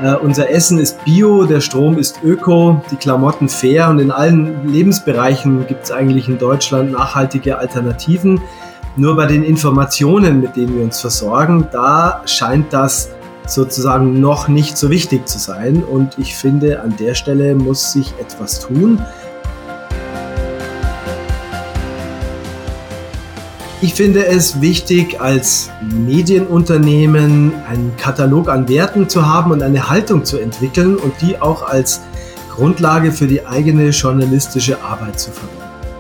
Unser Essen ist bio, der Strom ist öko, die Klamotten fair und in allen Lebensbereichen gibt es eigentlich in Deutschland nachhaltige Alternativen. Nur bei den Informationen, mit denen wir uns versorgen, da scheint das sozusagen noch nicht so wichtig zu sein. Und ich finde, an der Stelle muss sich etwas tun. Ich finde es wichtig, als Medienunternehmen einen Katalog an Werten zu haben und eine Haltung zu entwickeln und die auch als Grundlage für die eigene journalistische Arbeit zu verwenden.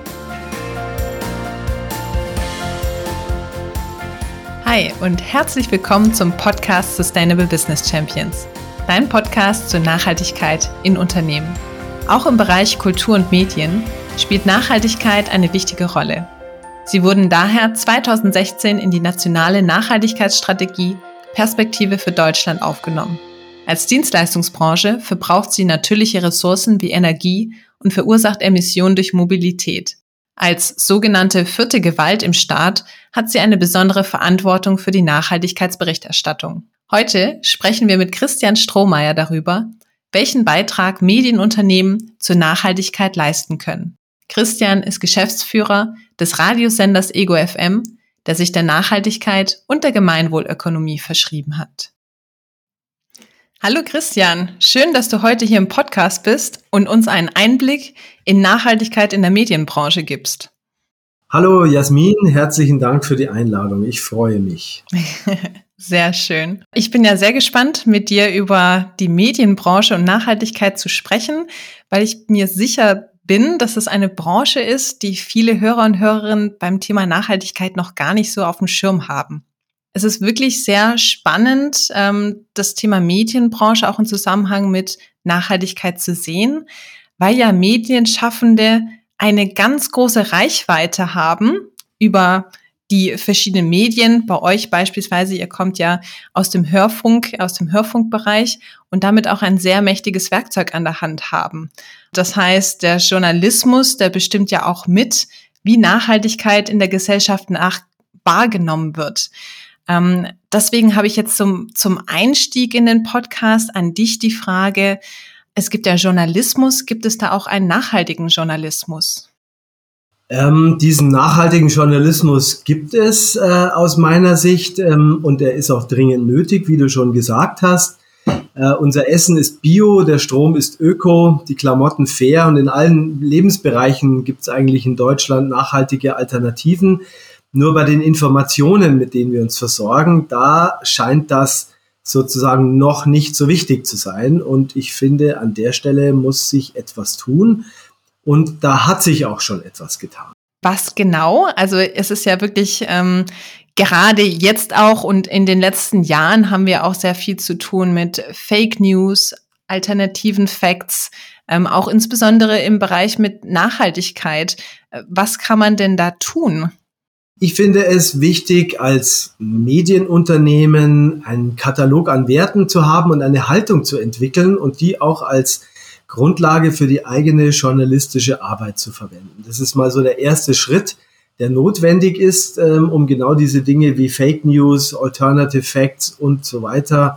Hi und herzlich willkommen zum Podcast Sustainable Business Champions, dein Podcast zur Nachhaltigkeit in Unternehmen. Auch im Bereich Kultur und Medien spielt Nachhaltigkeit eine wichtige Rolle. Sie wurden daher 2016 in die nationale Nachhaltigkeitsstrategie Perspektive für Deutschland aufgenommen. Als Dienstleistungsbranche verbraucht sie natürliche Ressourcen wie Energie und verursacht Emissionen durch Mobilität. Als sogenannte vierte Gewalt im Staat hat sie eine besondere Verantwortung für die Nachhaltigkeitsberichterstattung. Heute sprechen wir mit Christian Strohmeier darüber, welchen Beitrag Medienunternehmen zur Nachhaltigkeit leisten können. Christian ist Geschäftsführer des Radiosenders Ego FM, der sich der Nachhaltigkeit und der Gemeinwohlökonomie verschrieben hat. Hallo Christian, schön, dass du heute hier im Podcast bist und uns einen Einblick in Nachhaltigkeit in der Medienbranche gibst. Hallo Jasmin, herzlichen Dank für die Einladung. Ich freue mich. Sehr schön. Ich bin ja sehr gespannt, mit dir über die Medienbranche und Nachhaltigkeit zu sprechen, weil ich mir sicher bin, dass es eine Branche ist, die viele Hörer und Hörerinnen beim Thema Nachhaltigkeit noch gar nicht so auf dem Schirm haben. Es ist wirklich sehr spannend, das Thema Medienbranche auch im Zusammenhang mit Nachhaltigkeit zu sehen, weil ja Medienschaffende eine ganz große Reichweite haben über die verschiedenen Medien. Bei euch beispielsweise, ihr kommt ja aus dem Hörfunkbereich und damit auch ein sehr mächtiges Werkzeug an der Hand haben. Das heißt, der Journalismus, der bestimmt ja auch mit, wie Nachhaltigkeit in der Gesellschaft wahrgenommen wird. Deswegen habe ich jetzt zum Einstieg in den Podcast an dich die Frage, es gibt ja Journalismus, gibt es da auch einen nachhaltigen Journalismus? Diesen nachhaltigen Journalismus gibt es aus meiner Sicht und er ist auch dringend nötig, wie du schon gesagt hast. Unser Essen ist bio, der Strom ist öko, die Klamotten fair und in allen Lebensbereichen gibt es eigentlich in Deutschland nachhaltige Alternativen. Nur bei den Informationen, mit denen wir uns versorgen, da scheint das sozusagen noch nicht so wichtig zu sein. Und ich finde, an der Stelle muss sich etwas tun. Und da hat sich auch schon etwas getan. Was genau? Also es ist ja wirklich gerade jetzt auch und in den letzten Jahren haben wir auch sehr viel zu tun mit Fake News, alternativen Facts, auch insbesondere im Bereich mit Nachhaltigkeit. Was kann man denn da tun? Ich finde es wichtig, als Medienunternehmen einen Katalog an Werten zu haben und eine Haltung zu entwickeln und die auch als Grundlage für die eigene journalistische Arbeit zu verwenden. Das ist mal so der erste Schritt, der notwendig ist, um genau diese Dinge wie Fake News, Alternative Facts und so weiter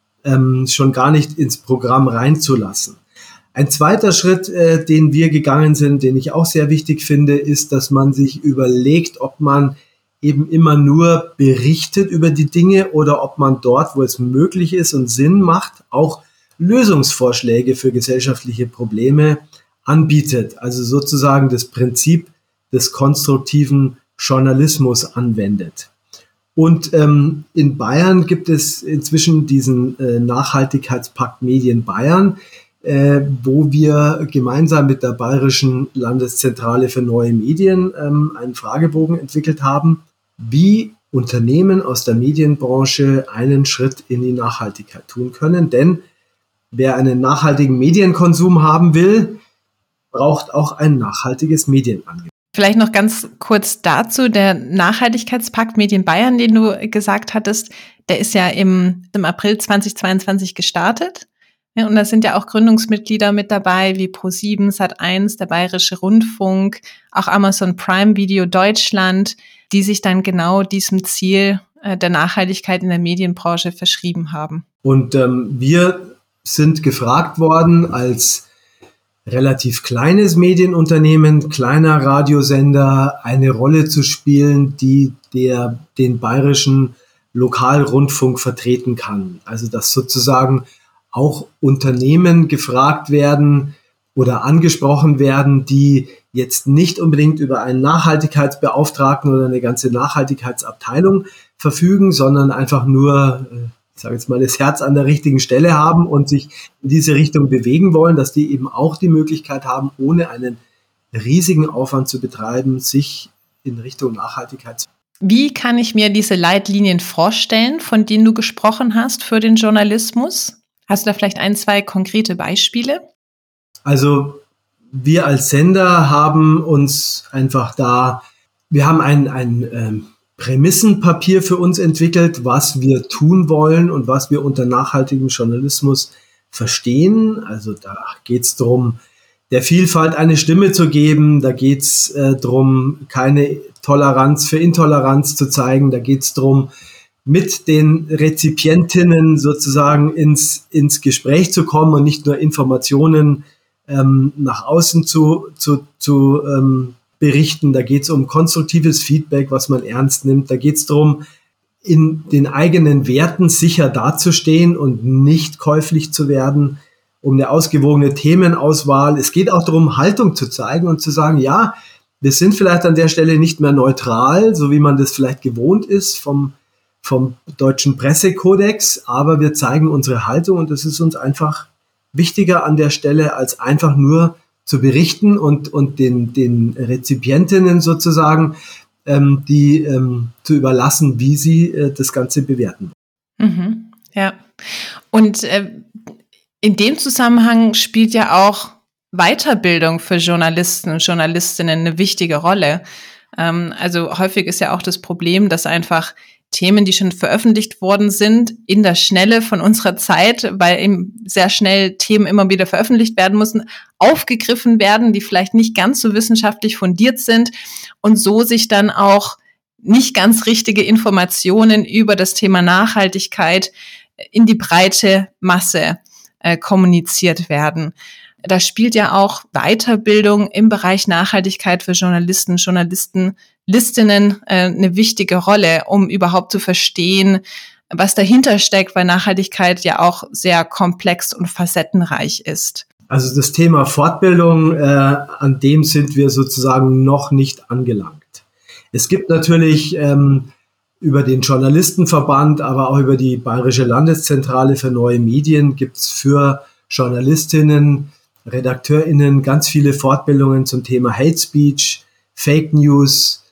schon gar nicht ins Programm reinzulassen. Ein zweiter Schritt, den wir gegangen sind, den ich auch sehr wichtig finde, ist, dass man sich überlegt, ob man eben immer nur berichtet über die Dinge oder ob man dort, wo es möglich ist und Sinn macht, auch Lösungsvorschläge für gesellschaftliche Probleme anbietet. Also sozusagen das Prinzip des konstruktiven Journalismus anwendet. Und in Bayern gibt es inzwischen diesen Nachhaltigkeitspakt Medien Bayern, wo wir gemeinsam mit der Bayerischen Landeszentrale für neue Medien einen Fragebogen entwickelt haben, wie Unternehmen aus der Medienbranche einen Schritt in die Nachhaltigkeit tun können. Denn wer einen nachhaltigen Medienkonsum haben will, braucht auch ein nachhaltiges Medienangebot. Vielleicht noch ganz kurz dazu, der Nachhaltigkeitspakt Medien Bayern, den du gesagt hattest, der ist ja im April 2022 gestartet. Ja, und da sind ja auch Gründungsmitglieder mit dabei, wie ProSieben, Sat.1, der Bayerische Rundfunk, auch Amazon Prime Video Deutschland, die sich dann genau diesem Ziel der Nachhaltigkeit in der Medienbranche verschrieben haben. Und wir sind gefragt worden, als relativ kleines Medienunternehmen, kleiner Radiosender, eine Rolle zu spielen, die den bayerischen Lokalrundfunk vertreten kann. Also dass sozusagen auch Unternehmen gefragt werden oder angesprochen werden, die jetzt nicht unbedingt über einen Nachhaltigkeitsbeauftragten oder eine ganze Nachhaltigkeitsabteilung verfügen, sondern einfach nur, ich sage jetzt mal, das Herz an der richtigen Stelle haben und sich in diese Richtung bewegen wollen, dass die eben auch die Möglichkeit haben, ohne einen riesigen Aufwand zu betreiben, sich in Richtung Nachhaltigkeit zu bewegen. Wie kann ich mir diese Leitlinien vorstellen, von denen du gesprochen hast für den Journalismus? Hast du da vielleicht 1, 2 konkrete Beispiele? Also wir als Sender haben uns einfach wir haben ein Prämissenpapier für uns entwickelt, was wir tun wollen und was wir unter nachhaltigem Journalismus verstehen. Also da geht es darum, der Vielfalt eine Stimme zu geben. Da geht es darum, keine Toleranz für Intoleranz zu zeigen. Da geht es darum, mit den Rezipientinnen sozusagen ins Gespräch zu kommen und nicht nur Informationen nach außen zu berichten. Da geht es um konstruktives Feedback, was man ernst nimmt. Da geht es darum, in den eigenen Werten sicher dazustehen und nicht käuflich zu werden, um eine ausgewogene Themenauswahl. Es geht auch darum, Haltung zu zeigen und zu sagen, ja, wir sind vielleicht an der Stelle nicht mehr neutral, so wie man das vielleicht gewohnt ist vom deutschen Pressekodex, aber wir zeigen unsere Haltung und das ist uns einfach wichtiger an der Stelle, als einfach nur zu berichten und den Rezipientinnen sozusagen zu überlassen, wie sie das Ganze bewerten. Mhm, ja. Und in dem Zusammenhang spielt ja auch Weiterbildung für Journalisten und Journalistinnen eine wichtige Rolle. Also häufig ist ja auch das Problem, dass einfach Themen, die schon veröffentlicht worden sind, in der Schnelle von unserer Zeit, weil eben sehr schnell Themen immer wieder veröffentlicht werden müssen, aufgegriffen werden, die vielleicht nicht ganz so wissenschaftlich fundiert sind und so sich dann auch nicht ganz richtige Informationen über das Thema Nachhaltigkeit in die breite Masse kommuniziert werden. Da spielt ja auch Weiterbildung im Bereich Nachhaltigkeit für Journalisten, Journalistinnen eine wichtige Rolle, um überhaupt zu verstehen, was dahinter steckt, weil Nachhaltigkeit ja auch sehr komplex und facettenreich ist. Also das Thema Fortbildung, an dem sind wir sozusagen noch nicht angelangt. Es gibt natürlich über den Journalistenverband, aber auch über die Bayerische Landeszentrale für neue Medien gibt es für Journalistinnen, RedakteurInnen ganz viele Fortbildungen zum Thema Hate Speech, Fake News,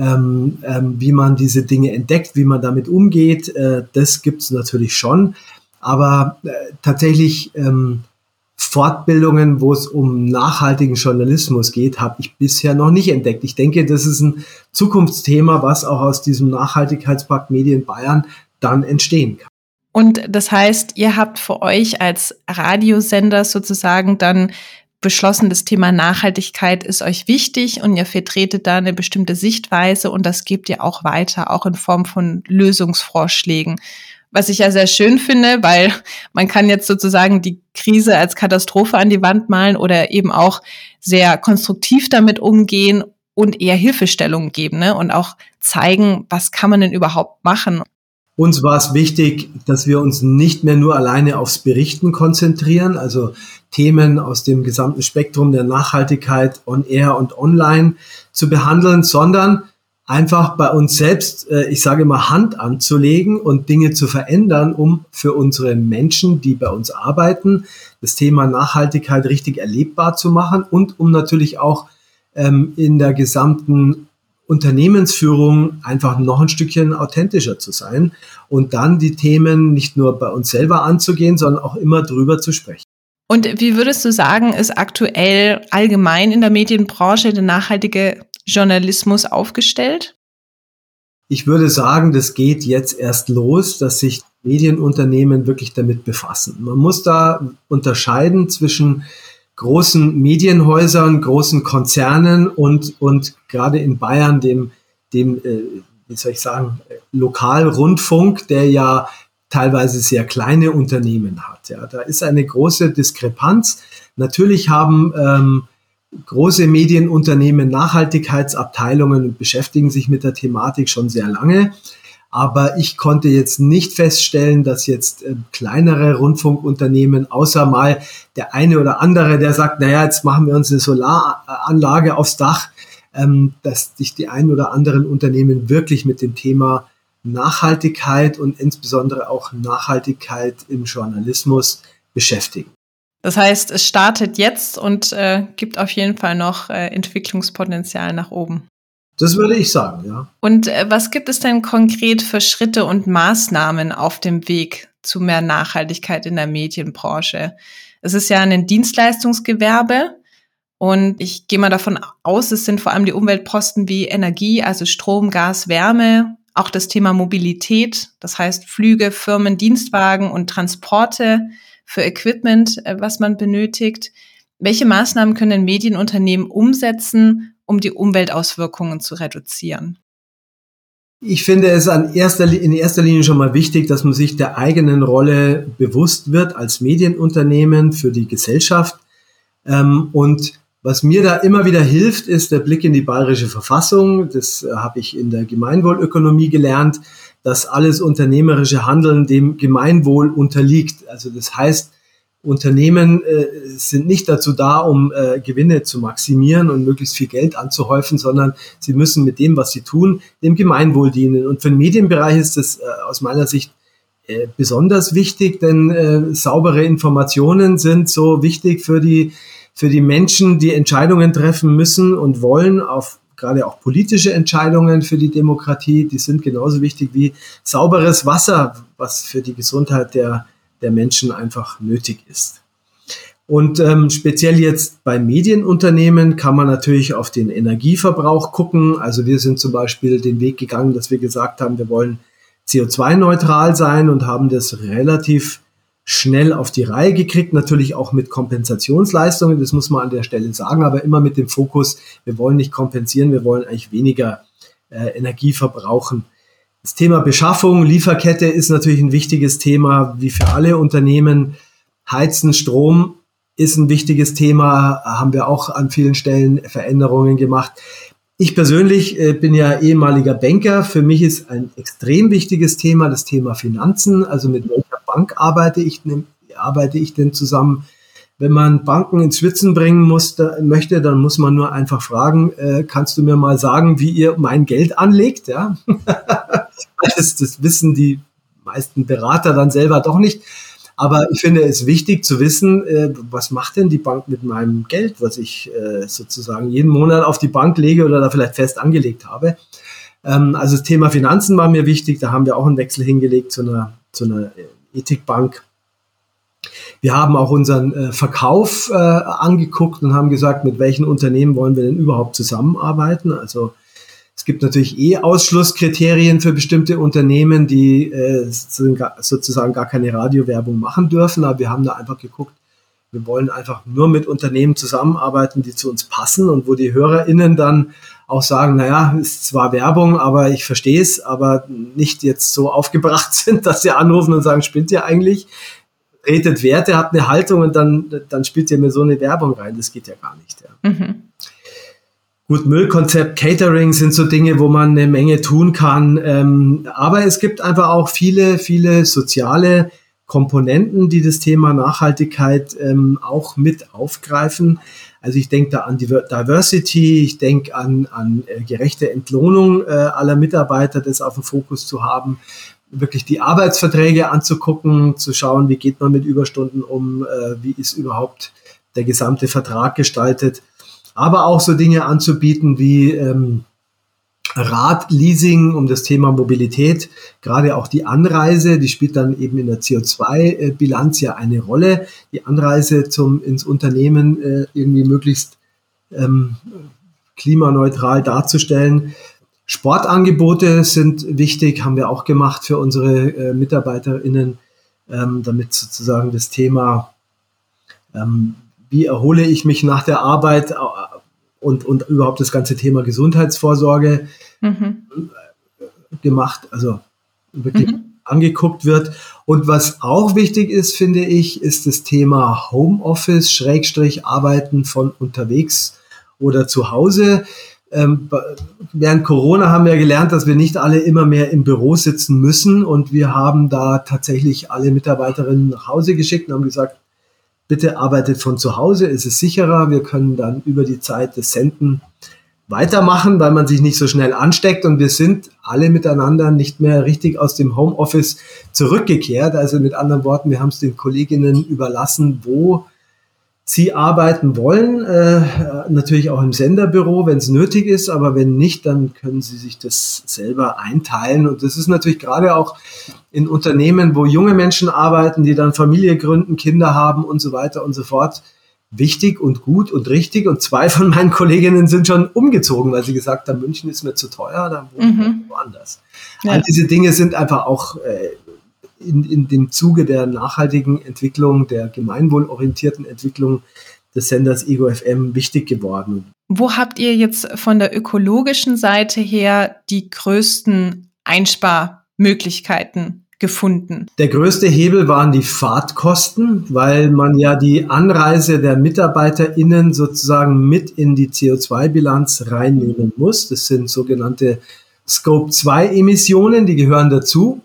wie man diese Dinge entdeckt, wie man damit umgeht. Das gibt es natürlich schon. Aber tatsächlich Fortbildungen, wo es um nachhaltigen Journalismus geht, habe ich bisher noch nicht entdeckt. Ich denke, das ist ein Zukunftsthema, was auch aus diesem Nachhaltigkeitspakt Medien Bayern dann entstehen kann. Und das heißt, ihr habt für euch als Radiosender sozusagen dann beschlossen, das Thema Nachhaltigkeit ist euch wichtig und ihr vertretet da eine bestimmte Sichtweise und das gebt ihr auch weiter, auch in Form von Lösungsvorschlägen. Was ich ja sehr schön finde, weil man kann jetzt sozusagen die Krise als Katastrophe an die Wand malen oder eben auch sehr konstruktiv damit umgehen und eher Hilfestellungen geben, ne? Und auch zeigen, was kann man denn überhaupt machen. Uns war es wichtig, dass wir uns nicht mehr nur alleine aufs Berichten konzentrieren, also Themen aus dem gesamten Spektrum der Nachhaltigkeit on air und online zu behandeln, sondern einfach bei uns selbst, ich sage immer, Hand anzulegen und Dinge zu verändern, um für unsere Menschen, die bei uns arbeiten, das Thema Nachhaltigkeit richtig erlebbar zu machen und um natürlich auch in der gesamten Unternehmensführung einfach noch ein Stückchen authentischer zu sein und dann die Themen nicht nur bei uns selber anzugehen, sondern auch immer drüber zu sprechen. Und wie würdest du sagen, ist aktuell allgemein in der Medienbranche der nachhaltige Journalismus aufgestellt? Ich würde sagen, das geht jetzt erst los, dass sich Medienunternehmen wirklich damit befassen. Man muss da unterscheiden zwischen großen Medienhäusern, großen Konzernen und gerade in Bayern dem wie soll ich sagen, Lokalrundfunk, der ja teilweise sehr kleine Unternehmen hat. Ja, da ist eine große Diskrepanz. Natürlich haben große Medienunternehmen Nachhaltigkeitsabteilungen und beschäftigen sich mit der Thematik schon sehr lange. Aber ich konnte jetzt nicht feststellen, dass jetzt kleinere Rundfunkunternehmen, außer mal der eine oder andere, der sagt, naja, jetzt machen wir uns eine Solaranlage aufs Dach, dass sich die ein oder anderen Unternehmen wirklich mit dem Thema Nachhaltigkeit und insbesondere auch Nachhaltigkeit im Journalismus beschäftigen. Das heißt, es startet jetzt und gibt auf jeden Fall noch Entwicklungspotenzial nach oben. Das würde ich sagen, ja. Und was gibt es denn konkret für Schritte und Maßnahmen auf dem Weg zu mehr Nachhaltigkeit in der Medienbranche? Es ist ja ein Dienstleistungsgewerbe und ich gehe mal davon aus, es sind vor allem die Umweltposten wie Energie, also Strom, Gas, Wärme, auch das Thema Mobilität, das heißt Flüge, Firmen, Dienstwagen und Transporte für Equipment, was man benötigt. Welche Maßnahmen können Medienunternehmen umsetzen, um die Umweltauswirkungen zu reduzieren? Ich finde es in erster Linie schon mal wichtig, dass man sich der eigenen Rolle bewusst wird als Medienunternehmen für die Gesellschaft. Und was mir da immer wieder hilft, ist der Blick in die Bayerische Verfassung. Das habe ich in der Gemeinwohlökonomie gelernt, dass alles unternehmerische Handeln dem Gemeinwohl unterliegt. Also das heißt, Unternehmen sind nicht dazu da, um Gewinne zu maximieren und möglichst viel Geld anzuhäufen, sondern sie müssen mit dem, was sie tun, dem Gemeinwohl dienen. Und für den Medienbereich ist das aus meiner Sicht besonders wichtig, denn saubere Informationen sind so wichtig für die Menschen, die Entscheidungen treffen müssen und wollen, gerade auch politische Entscheidungen für die Demokratie, die sind genauso wichtig wie sauberes Wasser, was für die Gesundheit der Menschen einfach nötig ist. Und speziell jetzt bei Medienunternehmen kann man natürlich auf den Energieverbrauch gucken. Also wir sind zum Beispiel den Weg gegangen, dass wir gesagt haben, wir wollen CO2-neutral sein und haben das relativ schnell auf die Reihe gekriegt, natürlich auch mit Kompensationsleistungen, das muss man an der Stelle sagen, aber immer mit dem Fokus, wir wollen nicht kompensieren, wir wollen eigentlich weniger Energie verbrauchen. Das Thema Beschaffung, Lieferkette ist natürlich ein wichtiges Thema, wie für alle Unternehmen. Heizen, Strom ist ein wichtiges Thema, haben wir auch an vielen Stellen Veränderungen gemacht. Ich persönlich bin ja ehemaliger Banker. Für mich ist ein extrem wichtiges Thema das Thema Finanzen. Also mit welcher Bank arbeite ich denn zusammen? Wenn man Banken ins Schwitzen bringen möchte, dann muss man nur einfach fragen, kannst du mir mal sagen, wie ihr mein Geld anlegt? Ja? Das wissen die meisten Berater dann selber doch nicht. Aber ich finde es wichtig zu wissen, was macht denn die Bank mit meinem Geld, was ich sozusagen jeden Monat auf die Bank lege oder da vielleicht fest angelegt habe. Also das Thema Finanzen war mir wichtig. Da haben wir auch einen Wechsel hingelegt zu einer Ethikbank. Wir haben auch unseren Verkauf angeguckt und haben gesagt, mit welchen Unternehmen wollen wir denn überhaupt zusammenarbeiten. Also es gibt natürlich Ausschlusskriterien für bestimmte Unternehmen, die sozusagen gar keine Radiowerbung machen dürfen. Aber wir haben da einfach geguckt, wir wollen einfach nur mit Unternehmen zusammenarbeiten, die zu uns passen und wo die HörerInnen dann auch sagen, naja, ist zwar Werbung, aber ich verstehe es, aber nicht jetzt so aufgebracht sind, dass sie anrufen und sagen, spinnt ihr eigentlich? Redet Werte, habt eine Haltung und dann spielt ihr mir so eine Werbung rein. Das geht ja gar nicht. Ja. Mhm. Gut, Müllkonzept, Catering sind so Dinge, wo man eine Menge tun kann. Aber es gibt einfach auch viele, viele soziale Komponenten, die das Thema Nachhaltigkeit auch mit aufgreifen. Also ich denke da an Diversity, ich denke an gerechte Entlohnung aller Mitarbeiter, das auf dem Fokus zu haben, wirklich die Arbeitsverträge anzugucken, zu schauen, wie geht man mit Überstunden um, wie ist überhaupt der gesamte Vertrag gestaltet. Aber auch so Dinge anzubieten wie Radleasing um das Thema Mobilität, gerade auch die Anreise, die spielt dann eben in der CO2-Bilanz ja eine Rolle, die Anreise ins Unternehmen irgendwie möglichst klimaneutral darzustellen. Sportangebote sind wichtig, haben wir auch gemacht für unsere MitarbeiterInnen, damit sozusagen das Thema wie erhole ich mich nach der Arbeit und überhaupt das ganze Thema Gesundheitsvorsorge gemacht, also wirklich angeguckt wird. Und was auch wichtig ist, finde ich, ist das Thema Homeoffice, Arbeiten von unterwegs oder zu Hause. Während Corona haben wir gelernt, dass wir nicht alle immer mehr im Büro sitzen müssen. Und wir haben da tatsächlich alle Mitarbeiterinnen nach Hause geschickt und haben gesagt, bitte arbeitet von zu Hause, es ist sicherer. Wir können dann über die Zeit des Senden weitermachen, weil man sich nicht so schnell ansteckt, und wir sind alle miteinander nicht mehr richtig aus dem Homeoffice zurückgekehrt. Also mit anderen Worten, wir haben es den Kolleginnen überlassen, wo sie arbeiten wollen, natürlich auch im Senderbüro, wenn es nötig ist, aber wenn nicht, dann können sie sich das selber einteilen. Und das ist natürlich gerade auch in Unternehmen, wo junge Menschen arbeiten, die dann Familie gründen, Kinder haben und so weiter und so fort, wichtig und gut und richtig. Und 2 von meinen Kolleginnen sind schon umgezogen, weil sie gesagt haben, München ist mir zu teuer, dann wohne ich woanders. Ja. All diese Dinge sind einfach auch in dem Zuge der nachhaltigen Entwicklung, der gemeinwohlorientierten Entwicklung des Senders Ego FM wichtig geworden. Wo habt ihr jetzt von der ökologischen Seite her die größten Einsparmöglichkeiten gefunden? Der größte Hebel waren die Fahrtkosten, weil man ja die Anreise der MitarbeiterInnen sozusagen mit in die CO2-Bilanz reinnehmen muss. Das sind sogenannte Scope-2-Emissionen, die gehören dazu.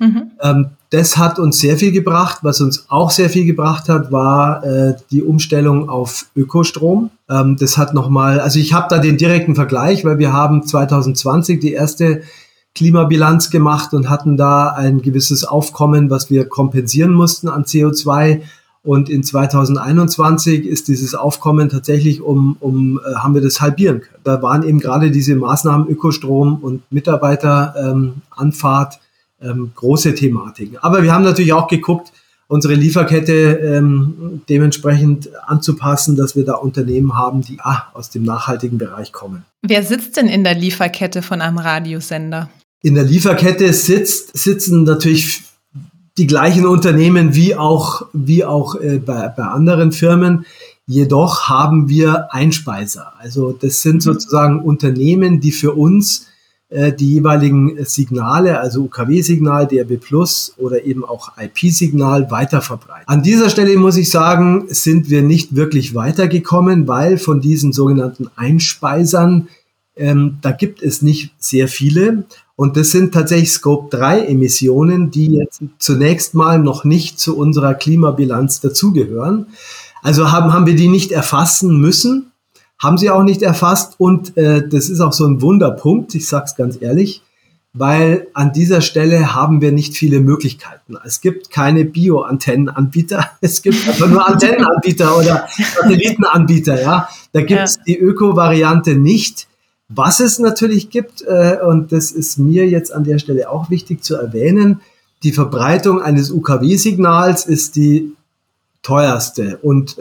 Das hat uns sehr viel gebracht. Was uns auch sehr viel gebracht hat, war die Umstellung auf Ökostrom. Das hat nochmal, also ich habe da den direkten Vergleich, weil wir haben 2020 die erste Klimabilanz gemacht und hatten da ein gewisses Aufkommen, was wir kompensieren mussten an CO2. Und in 2021 ist dieses Aufkommen tatsächlich haben wir das halbieren können. Da waren eben gerade diese Maßnahmen Ökostrom und Mitarbeiteranfahrt große Thematiken. Aber wir haben natürlich auch geguckt, unsere Lieferkette dementsprechend anzupassen, dass wir da Unternehmen haben, die aus dem nachhaltigen Bereich kommen. Wer sitzt denn in der Lieferkette von einem Radiosender? In der Lieferkette sitzen natürlich die gleichen Unternehmen wie auch bei anderen Firmen. Jedoch haben wir Einspeiser. Also das sind sozusagen Unternehmen, die für uns die jeweiligen Signale, also UKW-Signal, DAB+ oder eben auch IP-Signal weiterverbreiten. An dieser Stelle muss ich sagen, sind wir nicht wirklich weitergekommen, weil von diesen sogenannten Einspeisern, da gibt es nicht sehr viele. Und das sind tatsächlich Scope-3-Emissionen, die jetzt zunächst mal noch nicht zu unserer Klimabilanz dazugehören. Also haben wir die nicht erfassen müssen. Haben sie auch nicht erfasst, und das ist auch so ein Wunderpunkt, ich sage es ganz ehrlich, weil an dieser Stelle haben wir nicht viele Möglichkeiten. Es gibt keine Bio-Antennenanbieter, es gibt einfach nur Antennenanbieter oder Satellitenanbieter. Ja, da gibt es die Öko-Variante nicht. Was es natürlich gibt, und das ist mir jetzt an der Stelle auch wichtig zu erwähnen, die Verbreitung eines UKW-Signals ist die teuerste und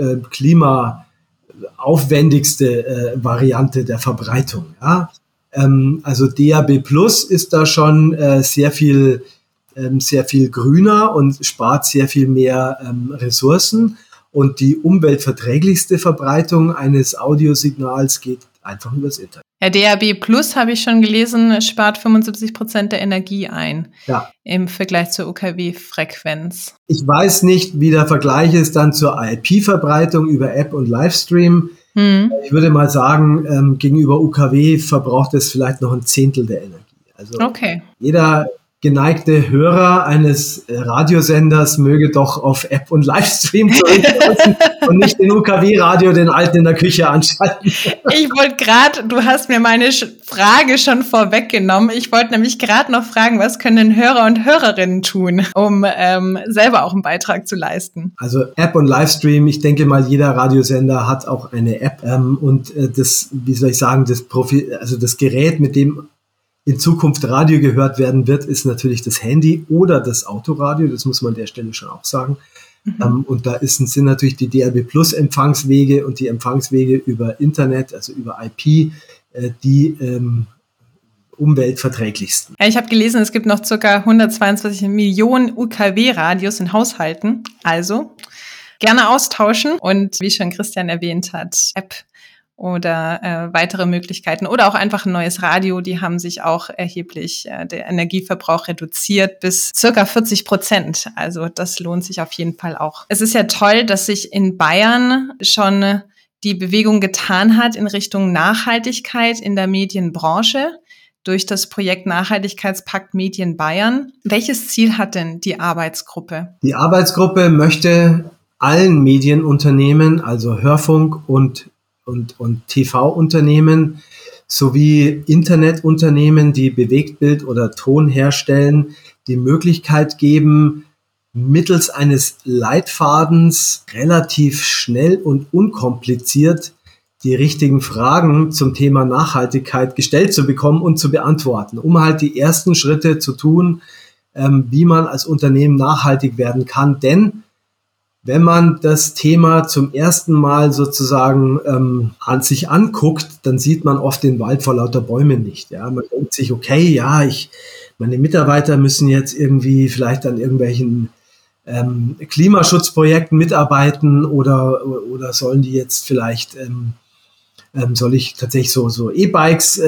klimaaufwendigste Variante der Verbreitung. Ja? Also DAB+ ist da schon sehr viel grüner und spart sehr viel mehr Ressourcen. Und die umweltverträglichste Verbreitung eines Audiosignals geht einfach übers Internet. Ja, DAB+ habe ich schon gelesen, spart 75% der Energie ein im Vergleich zur UKW-Frequenz. Ich weiß nicht, wie der Vergleich ist dann zur IP-Verbreitung über App und Livestream. Ich würde mal sagen, gegenüber UKW verbraucht es vielleicht noch 1/10 der Energie. Also jeder geneigte Hörer eines Radiosenders möge doch auf App und Livestream zurücksetzen und nicht den UKW-Radio, den alten in der Küche anschalten. Ich wollte gerade, du hast mir meine Frage schon vorweggenommen. Ich wollte nämlich gerade noch fragen, was können Hörer und Hörerinnen tun, um selber auch einen Beitrag zu leisten? Also App und Livestream, ich denke mal, jeder Radiosender hat auch eine App und das Gerät, mit dem in Zukunft Radio gehört werden wird, ist natürlich das Handy oder das Autoradio. Das muss man an der Stelle schon auch sagen. Und da sind natürlich die DAB+ Empfangswege und die Empfangswege über Internet, also über IP, die umweltverträglichsten. Ja, ich habe gelesen, es gibt noch ca. 122 Millionen UKW-Radios in Haushalten. Also gerne austauschen und wie schon Christian erwähnt hat, App oder weitere Möglichkeiten oder auch einfach ein neues Radio. Die haben sich auch erheblich der Energieverbrauch reduziert bis circa 40%. Also das lohnt sich auf jeden Fall auch. Es ist ja toll, dass sich in Bayern schon die Bewegung getan hat in Richtung Nachhaltigkeit in der Medienbranche durch das Projekt Nachhaltigkeitspakt Medien Bayern. Welches Ziel hat denn die Arbeitsgruppe? Die Arbeitsgruppe möchte allen Medienunternehmen, also Hörfunk und TV-Unternehmen sowie Internetunternehmen, die Bewegtbild oder Ton herstellen, die Möglichkeit geben, mittels eines Leitfadens relativ schnell und unkompliziert die richtigen Fragen zum Thema Nachhaltigkeit gestellt zu bekommen und zu beantworten, um halt die ersten Schritte zu tun, wie man als Unternehmen nachhaltig werden kann. Denn wenn man das Thema zum ersten Mal sozusagen an sich anguckt, dann sieht man oft den Wald vor lauter Bäumen nicht. Ja, man denkt sich, okay, ja, meine Mitarbeiter müssen jetzt irgendwie vielleicht an irgendwelchen Klimaschutzprojekten mitarbeiten oder sollen die jetzt vielleicht soll ich tatsächlich so E-Bikes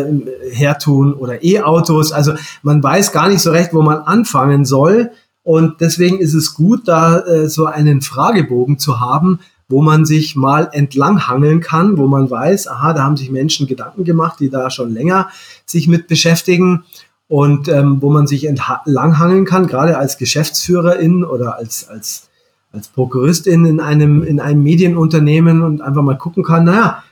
hertun oder E-Autos? Also man weiß gar nicht so recht, wo man anfangen soll. Und deswegen ist es gut, da so einen Fragebogen zu haben, wo man sich mal entlanghangeln kann, wo man weiß, aha, da haben sich Menschen Gedanken gemacht, die da schon länger sich mit beschäftigen und wo man sich entlanghangeln kann, gerade als Geschäftsführerin oder als Prokuristin in einem Medienunternehmen und einfach mal gucken kann, naja,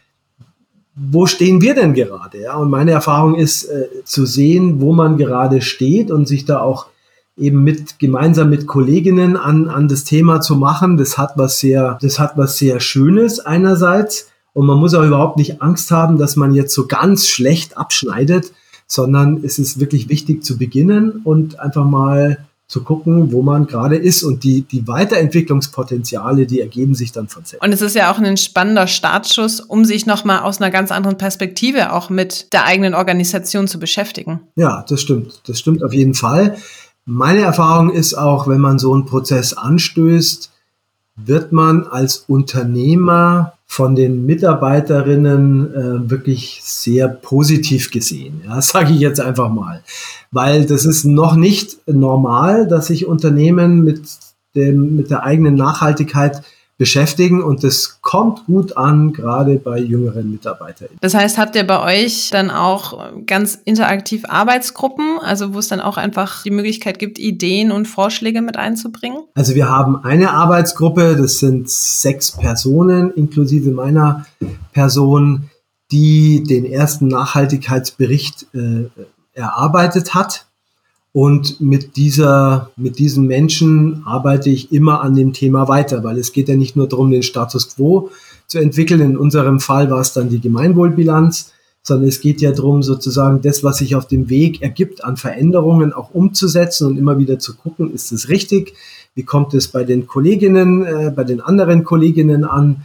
wo stehen wir denn gerade? Ja? Und meine Erfahrung ist, zu sehen, wo man gerade steht und sich da auch eben gemeinsam mit Kolleginnen an das Thema zu machen. Das hat was sehr Schönes einerseits. Und man muss auch überhaupt nicht Angst haben, dass man jetzt so ganz schlecht abschneidet, sondern es ist wirklich wichtig zu beginnen und einfach mal zu gucken, wo man gerade ist, und die Weiterentwicklungspotenziale, die ergeben sich dann von selbst. Und es ist ja auch ein spannender Startschuss, um sich nochmal aus einer ganz anderen Perspektive auch mit der eigenen Organisation zu beschäftigen. Ja, das stimmt. Das stimmt auf jeden Fall. Meine Erfahrung ist auch, wenn man so einen Prozess anstößt, wird man als Unternehmer von den Mitarbeiterinnen wirklich sehr positiv gesehen. Ja, das sage ich jetzt einfach mal. Weil das ist noch nicht normal, dass sich Unternehmen mit der eigenen Nachhaltigkeit beschäftigen, und das kommt gut an, gerade bei jüngeren MitarbeiterInnen. Das heißt, habt ihr bei euch dann auch ganz interaktiv Arbeitsgruppen, also wo es dann auch einfach die Möglichkeit gibt, Ideen und Vorschläge mit einzubringen? Also wir haben eine Arbeitsgruppe, das sind 6 Personen, inklusive meiner Person, die den ersten Nachhaltigkeitsbericht erarbeitet hat. Und mit diesen Menschen arbeite ich immer an dem Thema weiter, weil es geht ja nicht nur darum, den Status quo zu entwickeln. In unserem Fall war es dann die Gemeinwohlbilanz, sondern es geht ja darum, sozusagen das, was sich auf dem Weg ergibt, an Veränderungen auch umzusetzen und immer wieder zu gucken, ist es richtig? Wie kommt es bei den Kolleginnen, bei den anderen Kolleginnen an?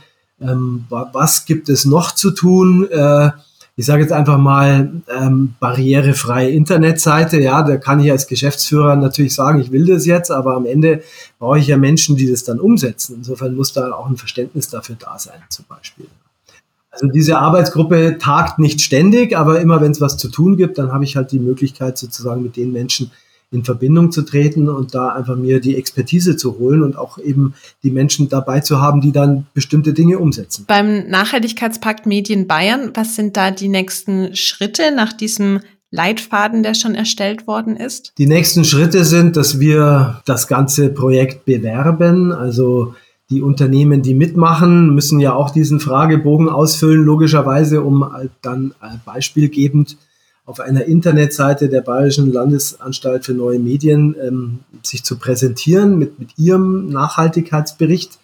Was gibt es noch zu tun? Ich sage jetzt einfach mal barrierefreie Internetseite. Ja, da kann ich als Geschäftsführer natürlich sagen, ich will das jetzt, aber am Ende brauche ich ja Menschen, die das dann umsetzen. Insofern muss da auch ein Verständnis dafür da sein, zum Beispiel. Also diese Arbeitsgruppe tagt nicht ständig, aber immer wenn es was zu tun gibt, dann habe ich halt die Möglichkeit, sozusagen mit den Menschen in Verbindung zu treten und da einfach mir die Expertise zu holen und auch eben die Menschen dabei zu haben, die dann bestimmte Dinge umsetzen. Beim Nachhaltigkeitspakt Medien Bayern, was sind da die nächsten Schritte nach diesem Leitfaden, der schon erstellt worden ist? Die nächsten Schritte sind, dass wir das ganze Projekt bewerben. Also die Unternehmen, die mitmachen, müssen ja auch diesen Fragebogen ausfüllen, logischerweise, um dann beispielgebend auf einer Internetseite der Bayerischen Landesanstalt für neue Medien sich zu präsentieren mit ihrem Nachhaltigkeitsbericht.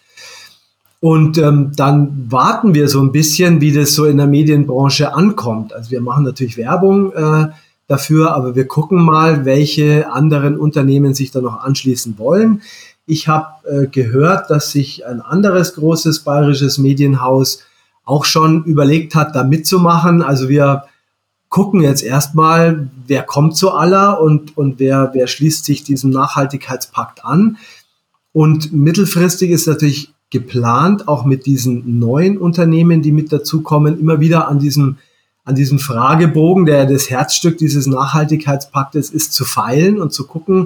Und dann warten wir so ein bisschen, wie das so in der Medienbranche ankommt. Also wir machen natürlich Werbung dafür, aber wir gucken mal, welche anderen Unternehmen sich da noch anschließen wollen. Ich habe gehört, dass sich ein anderes großes bayerisches Medienhaus auch schon überlegt hat, da mitzumachen. Also wir gucken jetzt erstmal, wer kommt zu aller und wer schließt sich diesem Nachhaltigkeitspakt an. Und mittelfristig ist natürlich geplant, auch mit diesen neuen Unternehmen, die mit dazukommen, immer wieder an diesem Fragebogen, der das Herzstück dieses Nachhaltigkeitspaktes ist, zu feilen und zu gucken,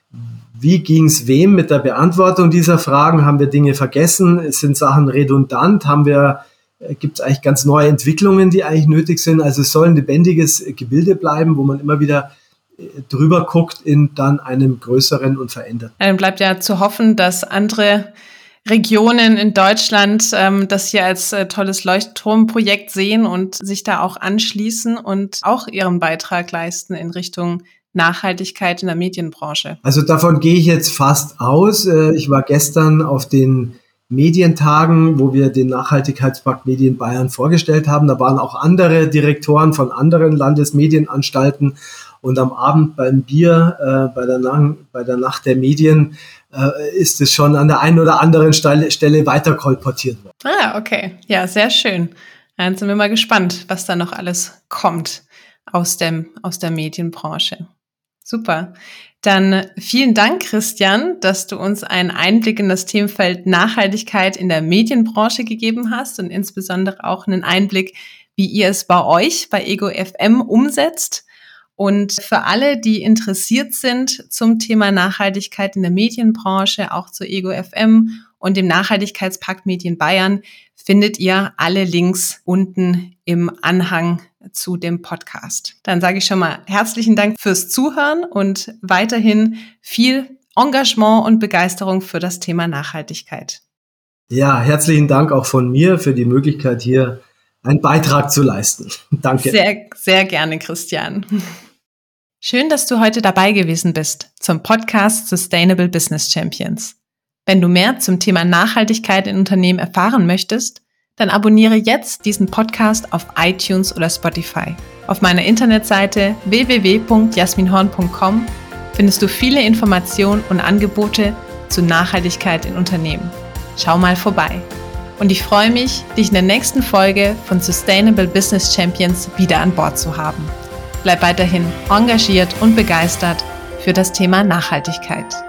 wie ging es wem mit der Beantwortung dieser Fragen? Haben wir Dinge vergessen? Sind Sachen redundant? Gibt es eigentlich ganz neue Entwicklungen, die eigentlich nötig sind? Also es soll ein lebendiges Gebilde bleiben, wo man immer wieder drüber guckt in dann einem größeren und veränderten. Dann bleibt ja zu hoffen, dass andere Regionen in Deutschland das hier als tolles Leuchtturmprojekt sehen und sich da auch anschließen und auch ihren Beitrag leisten in Richtung Nachhaltigkeit in der Medienbranche. Also davon gehe ich jetzt fast aus. Ich war gestern auf den Medientagen, wo wir den Nachhaltigkeitspakt Medien Bayern vorgestellt haben. Da waren auch andere Direktoren von anderen Landesmedienanstalten. Und am Abend beim Bier, bei der Nacht der Medien, ist es schon an der einen oder anderen Stelle weiter kolportiert worden. Ah, okay. Ja, sehr schön. Dann sind wir mal gespannt, was da noch alles kommt aus der Medienbranche. Super. Dann vielen Dank, Christian, dass du uns einen Einblick in das Themenfeld Nachhaltigkeit in der Medienbranche gegeben hast und insbesondere auch einen Einblick, wie ihr es bei euch bei Ego FM umsetzt. Und für alle, die interessiert sind zum Thema Nachhaltigkeit in der Medienbranche, auch zu Ego FM und dem Nachhaltigkeitspakt Medien Bayern, findet ihr alle Links unten im Anhang zu dem Podcast. Dann sage ich schon mal herzlichen Dank fürs Zuhören und weiterhin viel Engagement und Begeisterung für das Thema Nachhaltigkeit. Ja, herzlichen Dank auch von mir für die Möglichkeit, hier einen Beitrag zu leisten. Danke. Sehr, sehr gerne, Christian. Schön, dass du heute dabei gewesen bist zum Podcast Sustainable Business Champions. Wenn du mehr zum Thema Nachhaltigkeit in Unternehmen erfahren möchtest, dann abonniere jetzt diesen Podcast auf iTunes oder Spotify. Auf meiner Internetseite www.jasminhorn.com findest du viele Informationen und Angebote zu Nachhaltigkeit in Unternehmen. Schau mal vorbei. Und ich freue mich, dich in der nächsten Folge von Sustainable Business Champions wieder an Bord zu haben. Bleib weiterhin engagiert und begeistert für das Thema Nachhaltigkeit.